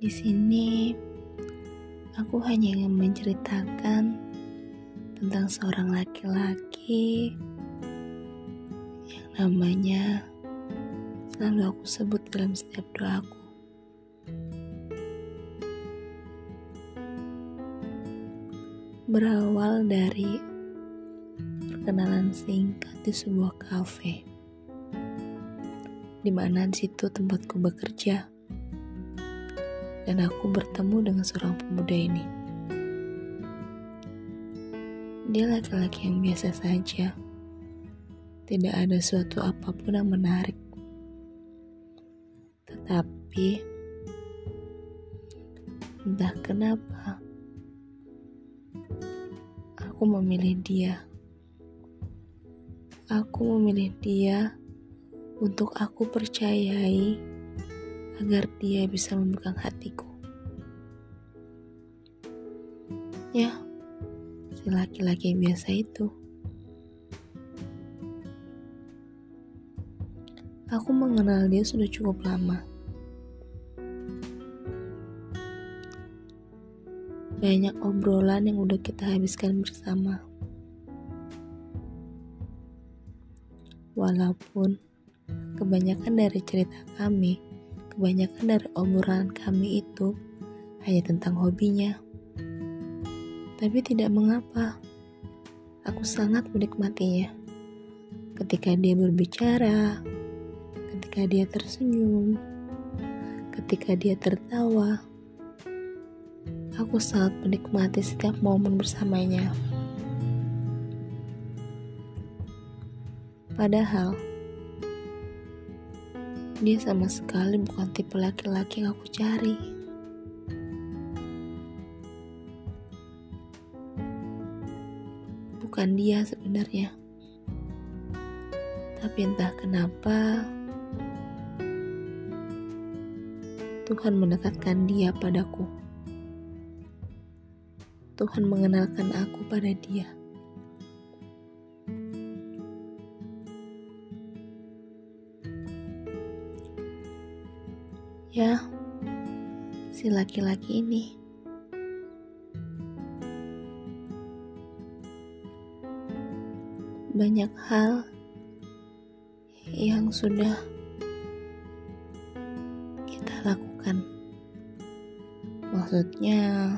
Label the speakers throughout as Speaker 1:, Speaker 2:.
Speaker 1: Di sini, aku hanya ingin menceritakan tentang seorang laki-laki yang namanya selalu aku sebut dalam setiap doaku. Berawal dari perkenalan singkat di sebuah kafe, di mana di situ tempatku bekerja, dan aku bertemu dengan seorang pemuda ini. Dia laki-laki yang biasa saja, tidak ada suatu apapun yang menarik. Tetapi, entah kenapa, aku memilih dia. Aku memilih dia untuk aku percayai agar dia bisa memegang hatiku. Ya, si laki-laki biasa itu. Aku mengenal dia sudah cukup lama. Banyak obrolan yang udah kita habiskan bersama. Walaupun kebanyakan dari cerita kami, kebanyakan dari obrolan kami itu hanya tentang hobinya. Tapi tidak mengapa, aku sangat menikmatinya. Ketika dia berbicara, ketika dia tersenyum, ketika dia tertawa, aku sangat menikmati setiap momen bersamanya. Padahal, dia sama sekali bukan tipe laki-laki yang aku cari. Bukan dia sebenarnya. Tapi entah kenapa, Tuhan mendekatkan dia padaku. Tuhan mengenalkan aku pada dia. Ya, si laki-laki ini banyak hal yang sudah kita lakukan. Maksudnya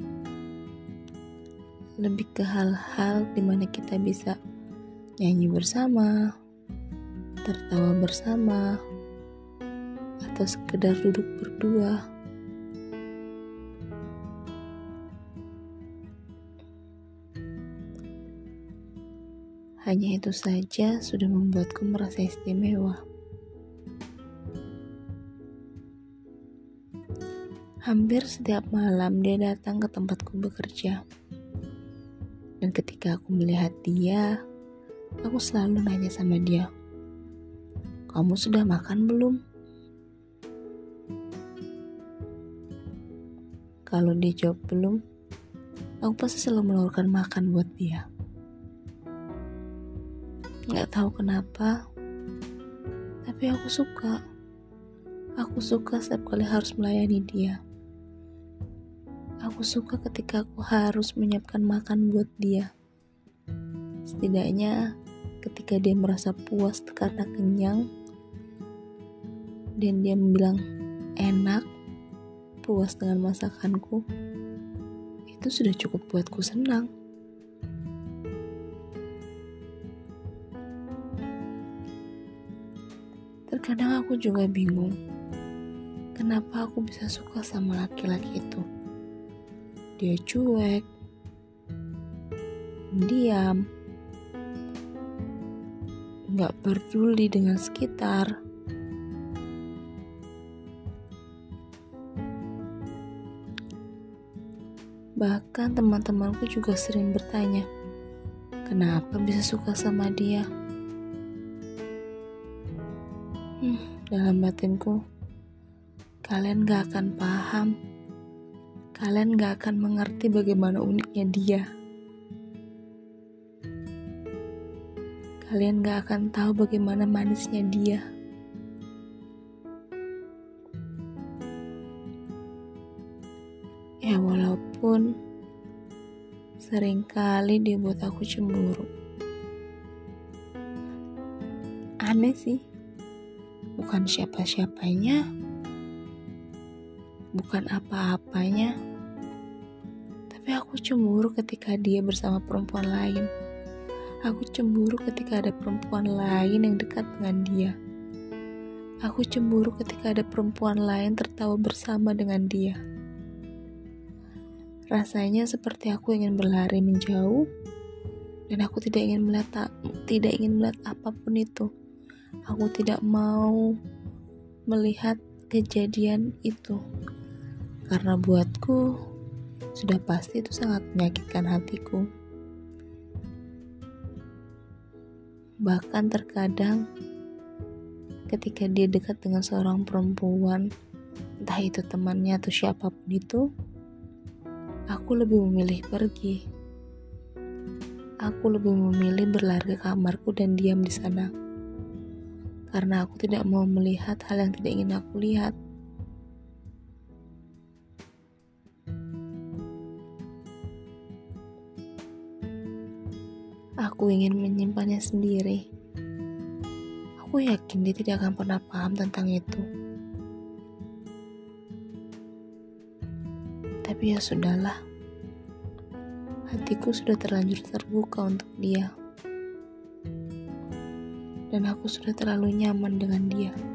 Speaker 1: lebih ke hal-hal dimana kita bisa nyanyi bersama, tertawa bersama, atau sekedar duduk berdua. Hanya itu saja sudah membuatku merasa istimewa. Hampir setiap malam dia datang ke tempatku bekerja. Dan ketika aku melihat dia, aku selalu nanya sama dia, "Kamu sudah makan belum?" Kalau dia jawab belum, aku pasti selalu menawarkan makan buat dia. Gak tahu kenapa, tapi aku suka. Aku suka setiap kali harus melayani dia. Aku suka ketika aku harus menyiapkan makan buat dia. Setidaknya ketika dia merasa puas karena kenyang, dan dia bilang enak, puas dengan masakanku, itu sudah cukup buatku senang. Terkadang aku juga bingung, kenapa aku bisa suka sama laki-laki itu. Dia cuek, diam, gak peduli dengan sekitar. Bahkan teman-temanku juga sering bertanya, kenapa bisa suka sama dia? Dalam batinku, kalian gak akan paham. Kalian gak akan mengerti bagaimana uniknya dia. Kalian gak akan tahu bagaimana manisnya dia. pun seringkali dia buat aku cemburu. Aneh sih, bukan siapa-siapanya, bukan apa-apanya, tapi aku cemburu ketika dia bersama perempuan lain. Aku cemburu ketika ada perempuan lain yang dekat dengan dia. Aku cemburu ketika ada perempuan lain tertawa bersama dengan dia. Rasanya seperti aku ingin berlari menjauh, dan aku tidak ingin melihat apapun itu. Aku tidak mau melihat kejadian itu, karena buatku sudah pasti itu sangat menyakitkan hatiku. Bahkan terkadang ketika dia dekat dengan seorang perempuan, entah itu temannya atau siapapun itu, aku lebih memilih pergi. Aku lebih memilih berlari ke kamarku dan diam di sana. Karena aku tidak mau melihat hal yang tidak ingin aku lihat. Aku ingin menyimpannya sendiri. Aku yakin dia tidak akan pernah paham tentang itu. Tapi ya sudahlah. Hatiku sudah terlanjur terbuka untuk dia. Dan aku sudah terlalu nyaman dengan dia.